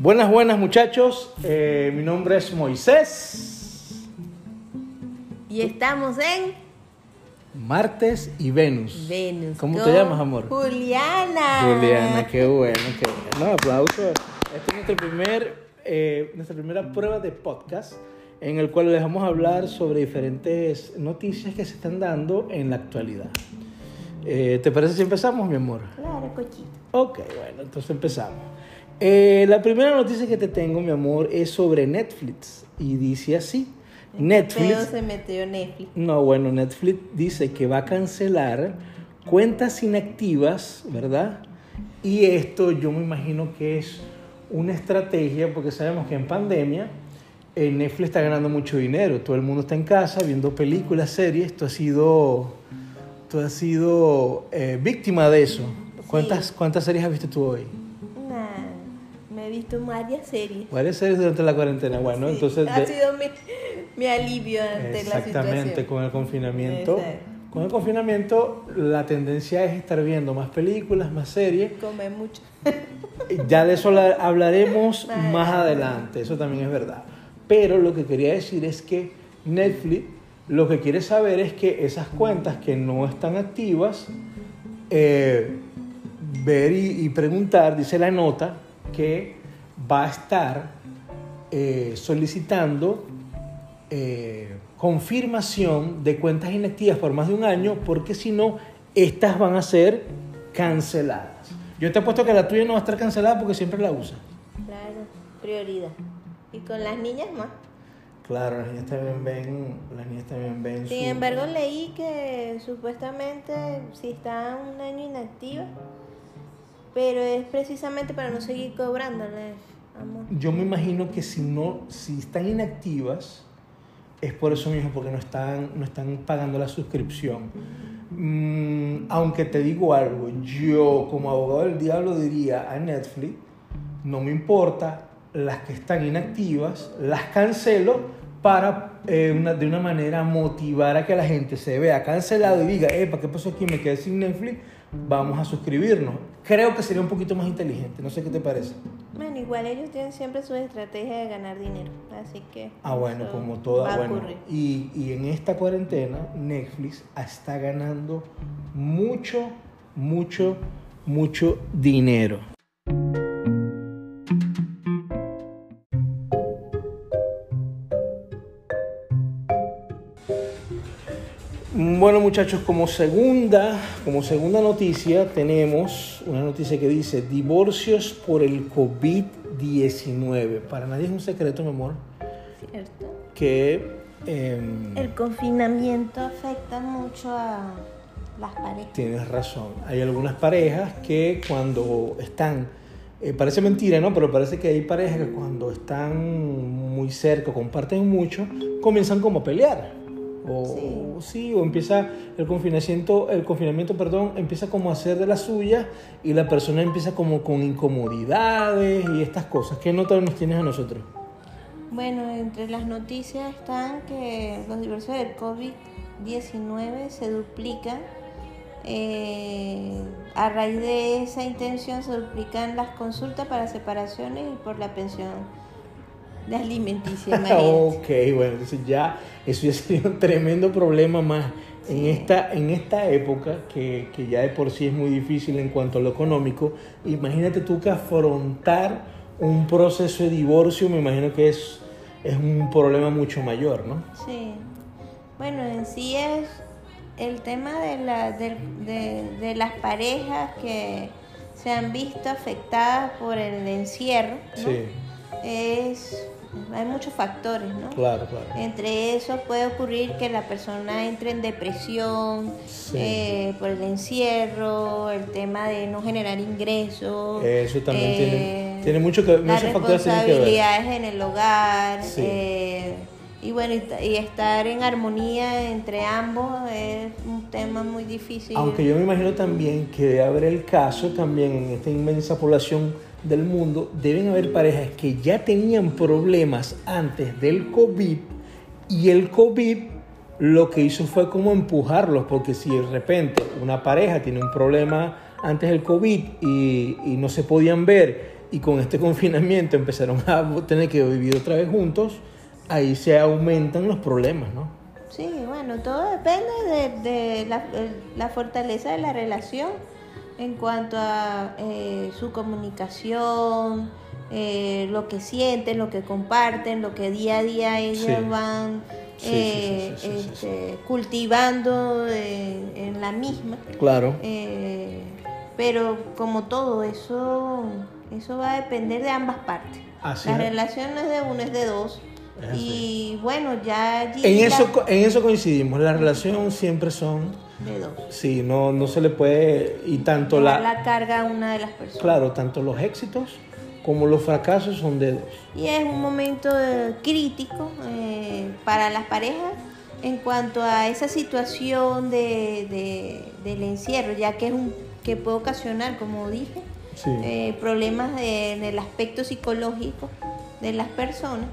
Buenas, buenas muchachos, mi nombre es Moisés. Y estamos en Martes y Venus. Venus. ¿Cómo te llamas, amor? Juliana. Juliana, qué bueno, qué bueno. No, aplauso. Esta es nuestra primera prueba de podcast en el cual les vamos a hablar sobre diferentes noticias que se están dando en la actualidad. ¿Te parece si empezamos, mi amor? Claro, cochito. Ok, bueno, entonces empezamos. La primera noticia que te tengo, mi amor, es sobre Netflix y dice así. Netflix. Pero se metió Netflix. No, bueno, Netflix dice que va a cancelar cuentas inactivas, ¿verdad? Y esto yo me imagino que es una estrategia porque sabemos que en pandemia Netflix está ganando mucho dinero. Todo el mundo está en casa viendo películas, series. Tú has sido víctima de eso. Sí. ¿Cuántas series has visto tú hoy? Me he visto varias series. Varias series durante la cuarentena. Bueno, Sí, entonces... ha sido mi alivio ante la situación. Exactamente, con el confinamiento. Exacto. Con el confinamiento la tendencia es estar viendo más películas, más series. Come mucho. Ya de eso hablaremos más adelante, eso también es verdad. Pero lo que quería decir es que Netflix lo que quiere saber es que esas cuentas que no están activas, ver y preguntar, dice la nota, que va a estar solicitando confirmación de cuentas inactivas por más de un año, porque si no, estas van a ser canceladas. Yo te apuesto que la tuya no va a estar cancelada porque siempre la usas. Claro, prioridad. Y con las niñas más. Claro, las niñas también ven Sin embargo, leí que supuestamente si está un año inactiva, pero es precisamente para no seguir cobrándole, amor. Yo me imagino que si están inactivas, es por eso mismo, porque no están pagando la suscripción. Aunque te digo algo, yo como abogado del diablo diría a Netflix, no me importa, las que están inactivas, las cancelo para de una manera motivar a que la gente se vea cancelado y diga, ¿para qué pasó aquí? Me quedé sin Netflix, vamos a suscribirnos. Creo que sería un poquito más inteligente, no sé qué te parece. Bueno, igual ellos tienen siempre su estrategia de ganar dinero, así que Bueno, eso como toda, va a bueno, ocurrir. y en esta cuarentena Netflix está ganando mucho dinero. Bueno, muchachos, como segunda noticia tenemos una noticia que dice divorcios por el COVID-19. Para nadie es un secreto, mi amor, ¿Cierto? que El confinamiento afecta mucho a las parejas. tienes razón. Hay algunas parejas que cuando están, parece mentira, ¿no? Pero parece que hay parejas que cuando están muy cerca, comparten mucho, comienzan como a pelear. O empieza el confinamiento, empieza como a hacer de la suya y la persona empieza como con incomodidades y estas cosas. ¿Qué nota nos tienes a nosotros? Bueno, entre las noticias están que los divorcios del COVID-19 se duplican. A raíz de esa intención se duplican las consultas para separaciones y por la pensión de alimenticia. Ok, bueno, entonces eso ya sería un tremendo problema más en esta época que ya de por sí es muy difícil en cuanto a lo económico. Imagínate tú que afrontar un proceso de divorcio, me imagino que es un problema mucho mayor, ¿no? Sí. Bueno, en sí es el tema de las parejas que se han visto afectadas por el encierro, ¿no? Sí. Hay muchos factores, ¿no? Claro. Entre esos puede ocurrir que la persona entre en depresión, Sí. por el encierro, el tema de no generar ingresos. Eso también tiene mucho que ver. Las Muchos factores tienen que ver. responsabilidades en el hogar. Sí. Y bueno, y estar en armonía entre ambos es un tema muy difícil. Aunque yo me imagino también que debe haber el caso también en esta inmensa población del mundo, deben haber parejas que ya tenían problemas antes del COVID y el COVID lo que hizo fue como empujarlos, porque si de repente una pareja tiene un problema antes del COVID y no se podían ver y con este confinamiento empezaron a tener que vivir otra vez juntos, ahí se aumentan los problemas, ¿no? Sí, bueno, todo depende de la fortaleza de la relación en cuanto a su comunicación, lo que sienten, lo que comparten, lo que día a día ellos van cultivando en la misma. Claro. Pero como todo, eso va a depender de ambas partes. Así La es. relación no es de uno, es de dos. Y bueno, ya allí En eso coincidimos, la relación siempre son de dos. sí, no se le puede, y tanto La carga a una de las personas. claro, tanto los éxitos como los fracasos son de dos. Y es un momento crítico para las parejas en cuanto a esa situación del encierro, ya que que puede ocasionar, como dije, Sí. problemas en el aspecto psicológico de las personas.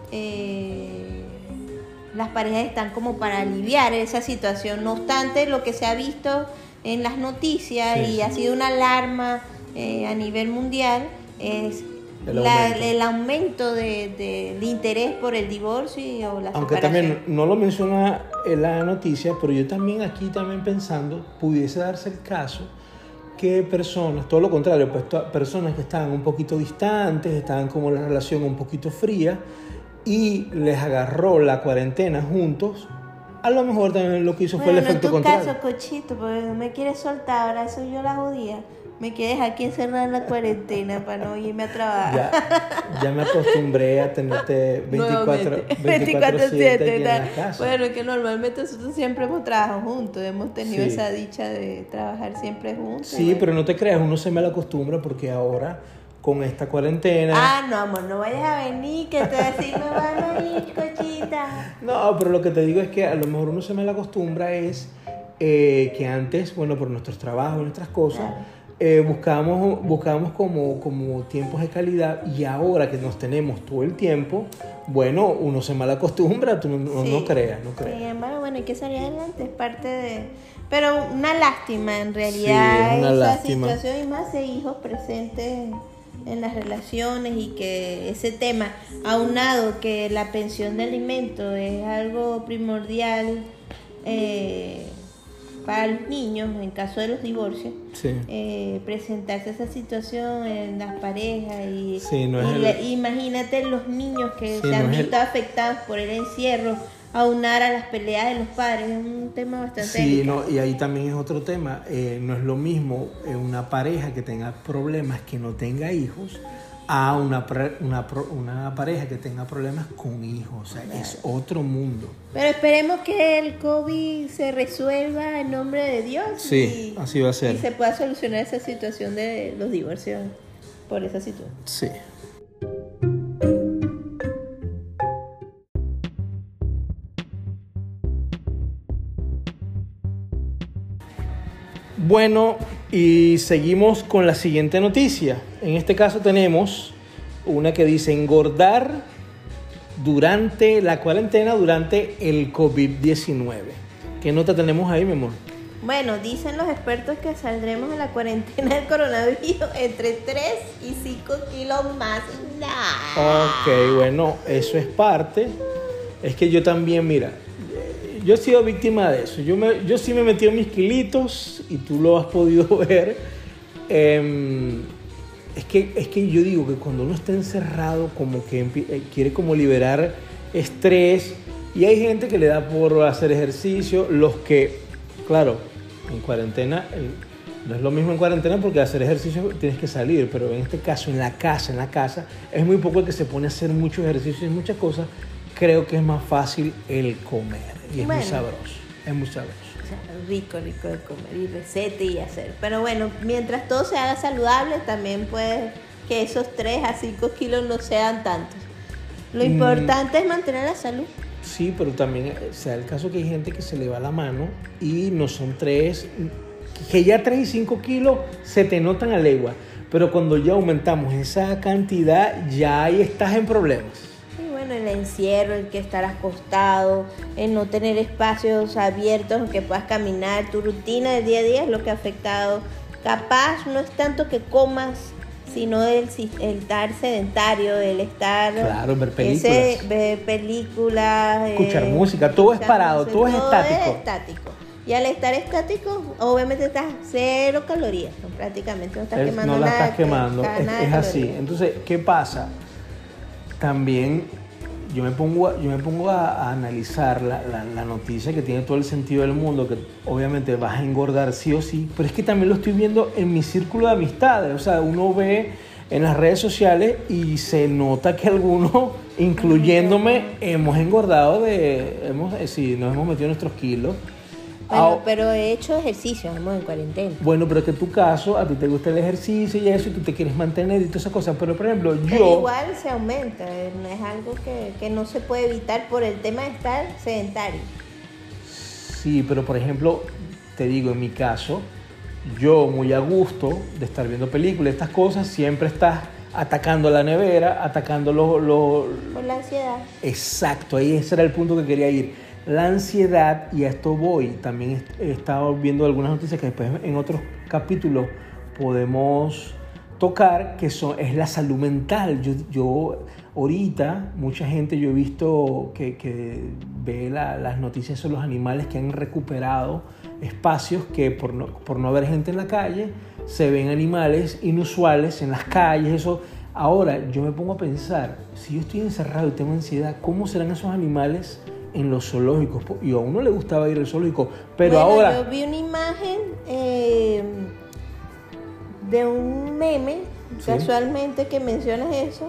Las parejas están como para aliviar esa situación. No obstante, lo que se ha visto en las noticias y ha sido una alarma a nivel mundial es el aumento del interés por el divorcio o la Aunque separación. también no lo menciona en la noticia, pero yo también aquí pensando, pudiese darse el caso que personas, todo lo contrario, pues personas que estaban un poquito distantes, estaban como la relación un poquito fría y les agarró la cuarentena juntos, a lo mejor también lo que hizo fue el efecto contrario. En tu caso, Cochito, porque no me quieres soltar, ahora soy yo la jodida. Me quieres aquí encerrada en la cuarentena para no irme a trabajar. Ya me acostumbré a tenerte 24/7 aquí en la casa. Bueno, que normalmente nosotros siempre hemos trabajado juntos, hemos tenido esa dicha de trabajar siempre juntos. Sí, bueno. Pero no te creas, uno se me acostumbra porque ahora con esta cuarentena... Ah, no, amor, no vayas a venir, que te así me van a ir, Cochita. No, pero lo que te digo es que a lo mejor uno se me acostumbra es que antes, bueno, por nuestros trabajos y nuestras cosas... Claro. Buscábamos como tiempos de calidad, y ahora que nos tenemos todo el tiempo, bueno, uno se mal acostumbra, tú no creas. Sí, bueno, hay que salir adelante, es parte de... Pero una lástima en realidad, sí, esa situación, y más de hijos presentes en las relaciones, y que ese tema, aunado que la pensión de alimentos es algo primordial para los niños en caso de los divorcios, presentarse esa situación en las parejas imagínate los niños que se han visto afectados por el encierro, aunar a las peleas de los padres, es un tema bastante delicado. Y ahí también es otro tema, no es lo mismo una pareja que tenga problemas que no tenga hijos a una pareja que tenga problemas con hijos, o sea, claro. Es otro mundo. Pero esperemos que el COVID se resuelva en nombre de Dios. Sí, así va a ser. Y se pueda solucionar esa situación de los divorcios por esa situación. Sí. Bueno, y seguimos con la siguiente noticia. En este caso tenemos una que dice engordar durante la cuarentena, durante el COVID-19. ¿Qué nota tenemos ahí, mi amor? Bueno, dicen los expertos que saldremos de la cuarentena del coronavirus entre 3 y 5 kilos más. Ok, bueno, eso es parte. Es que yo también, mira, yo he sido víctima de eso. Yo sí me he metido mis kilitos y tú lo has podido ver. Es que yo digo que cuando uno está encerrado, como que quiere como liberar estrés, y hay gente que le da por hacer ejercicio. Los que, claro, en cuarentena, no es lo mismo en cuarentena porque hacer ejercicio tienes que salir, pero en este caso en la casa, es muy poco el que se pone a hacer muchos ejercicios y muchas cosas. Creo que es más fácil el comer. Y es muy sabroso, es muy sabroso. O sea, rico de comer y receta y hacer. Pero bueno, mientras todo se haga saludable, también puede que esos 3 a 5 kilos no sean tantos. Lo importante es mantener la salud. Sí, pero también se da el caso que hay gente que se le va la mano y no son 3, que ya 3 y 5 kilos se te notan a legua. Pero cuando ya aumentamos esa cantidad, ya ahí estás en problemas. El encierro, el que estar acostado, el no tener espacios abiertos en que puedas caminar, tu rutina del día a día es lo que ha afectado. Capaz no es tanto que comas sino el estar sedentario, el estar... Claro, ver películas. Escuchar música, todo es parado, todo es estático. Y al estar estático, obviamente estás 0 calorías, prácticamente no estás quemando nada. No la estás quemando, es así. Entonces, ¿qué pasa? También yo me pongo a analizar la noticia, que tiene todo el sentido del mundo, que obviamente vas a engordar sí o sí, pero es que también lo estoy viendo en mi círculo de amistades. O sea, uno ve en las redes sociales y se nota que algunos, incluyéndome, hemos engordado, nos hemos metido nuestros kilos. Bueno, pero he hecho ejercicio, estamos en cuarentena. Bueno, pero es que en tu caso, a ti te gusta el ejercicio y eso, y tú te quieres mantener y todas esas cosas. Pero, por ejemplo, pero igual se aumenta, no es algo que no se puede evitar por el tema de estar sedentario. Sí, pero, por ejemplo, te digo, en mi caso, yo muy a gusto de estar viendo películas, estas cosas, siempre estás atacando la nevera, atacando por la ansiedad. Exacto, ahí ese era el punto que quería ir. La ansiedad, y a esto voy, también he estado viendo algunas noticias que después en otros capítulos podemos tocar, que es la salud mental. Yo ahorita, mucha gente yo he visto que ve las noticias sobre los animales que han recuperado espacios que por no haber gente en la calle, se ven animales inusuales en las calles, eso. Ahora, yo me pongo a pensar, si yo estoy encerrado y tengo ansiedad, ¿cómo serán esos animales en los zoológicos? Y a uno le gustaba ir al zoológico, pero bueno, ahora... Yo vi una imagen de un meme, ¿sí? Casualmente que mencionas eso,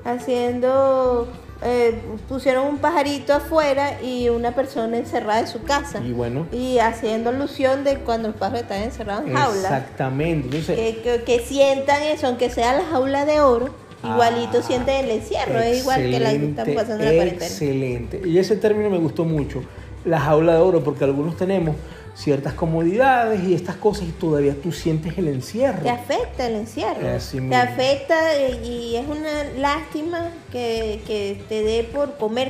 pusieron un pajarito afuera y una persona encerrada en su casa. Y bueno. Y haciendo alusión de cuando los pájaros están encerrados en jaulas. Exactamente. Entonces, que sientan eso, aunque sea la jaula de oro. Igualito sienten el encierro, es igual que la que están pasando en la cuarentena. Excelente. Y ese término me gustó mucho, la jaula de oro, porque algunos tenemos ciertas comodidades y estas cosas y todavía tú sientes el encierro. Te afecta el encierro. Te afecta y es una lástima que te dé por comer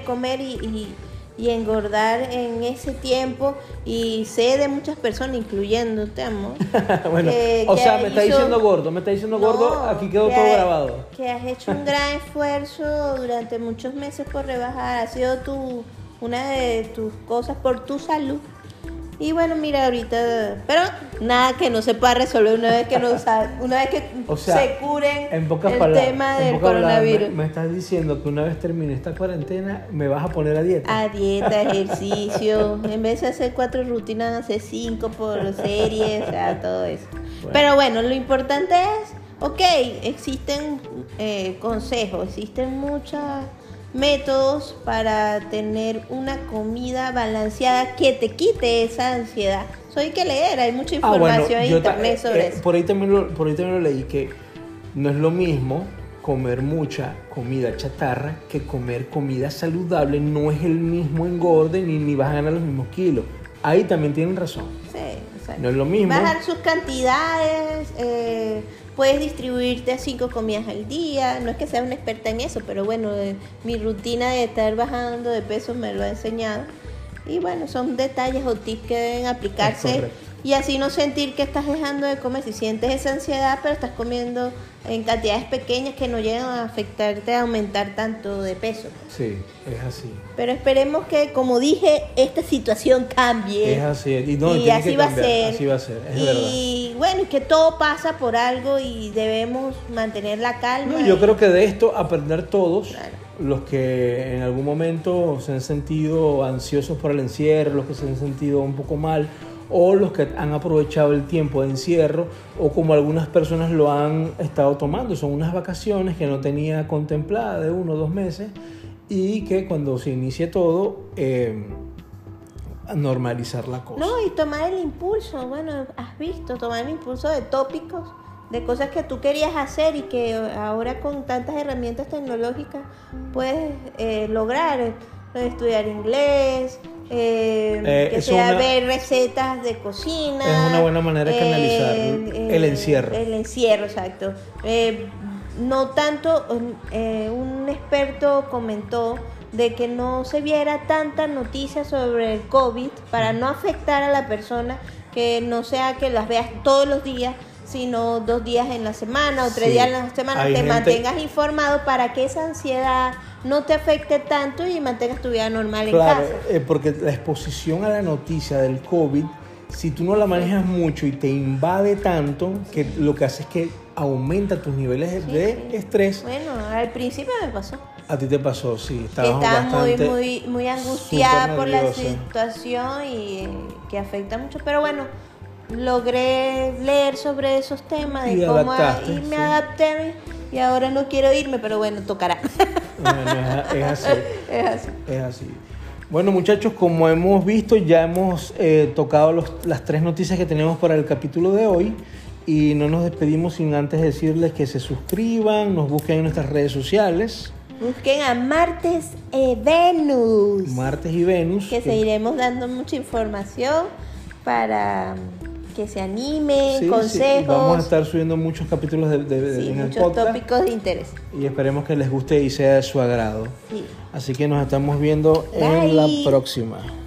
y engordar en ese tiempo, y sé de muchas personas, incluyéndote, amor. Bueno, me está diciendo gordo, aquí quedó todo grabado. Que has hecho un gran esfuerzo durante muchos meses por rebajar, ha sido una de tus cosas por tu salud. Y bueno, mira, ahorita, pero nada que no se pueda resolver una vez que se curen el tema del coronavirus. Me estás diciendo que una vez termine esta cuarentena me vas a poner a dieta. A dieta, ejercicio, en vez de hacer 4 rutinas, hacer 5 por serie, o sea, todo eso. Bueno. Pero bueno, lo importante es, existen consejos, existen muchos métodos para tener una comida balanceada que te quite esa ansiedad. Eso hay que leer, hay mucha información en internet sobre eso. Por ahí también lo leí, que no es lo mismo comer mucha comida chatarra que comer comida saludable. No es el mismo engorde ni vas a ganar los mismos kilos. Ahí también tienen razón. Sí, exacto. No es lo mismo. Bajar sus cantidades, puedes distribuirte a 5 comidas al día. No es que sea una experta en eso, pero bueno, mi rutina de estar bajando de peso me lo ha enseñado. Y bueno, son detalles o tips que deben aplicarse y así no sentir que estás dejando de comer. Si sientes esa ansiedad, pero estás comiendo en cantidades pequeñas que no llegan a afectarte, a aumentar tanto de peso. Sí, es así. Pero esperemos que, como dije, esta situación cambie. Es así. Y así va a ser. Así va a ser, es y verdad. Bueno, que todo pasa por algo y debemos mantener la calma. Yo creo que de esto aprender todos. Claro. Los que en algún momento se han sentido ansiosos por el encierro, los que se han sentido un poco mal, o los que han aprovechado el tiempo de encierro, o como algunas personas lo han estado tomando, son unas vacaciones que no tenía contemplada de 1 o 2 meses, y que cuando se inicie todo, normalizar la cosa. No, y tomar el impulso, bueno, has visto, tomar el impulso de tópicos, de cosas que tú querías hacer y que ahora con tantas herramientas tecnológicas puedes lograr, estudiar inglés, ver recetas de cocina. Es una buena manera de canalizar el encierro. El encierro, exacto. No tanto, un experto comentó de que no se viera tanta noticia sobre el COVID para no afectar a la persona, que no sea que las veas todos los días, sino 2 días en la semana o 3 días en la semana, te mantengas informado para que esa ansiedad no te afecte tanto y mantengas tu vida normal en casa. Porque la exposición a la noticia del COVID, si tú no la manejas mucho y te invade tanto, que lo que hace es que aumenta tus niveles de estrés. Bueno, al principio me pasó. A ti te pasó, sí. Estaba muy angustiada por la situación y que afecta mucho, pero bueno, logré leer sobre esos temas de cómo y me adapté y ahora no quiero irme, pero bueno, tocará. Bueno, es así. Bueno, muchachos, como hemos visto, ya hemos tocado las 3 noticias que tenemos para el capítulo de hoy y no nos despedimos sin antes decirles que se suscriban, nos busquen en nuestras redes sociales. Busquen a Martes y Venus. Martes y Venus. Que seguiremos dando mucha información para que se animen, consejos. Sí. Vamos a estar subiendo muchos capítulos en el podcast. Muchos tópicos de interés. Y esperemos que les guste y sea de su agrado. Sí. Así que nos estamos viendo en la próxima.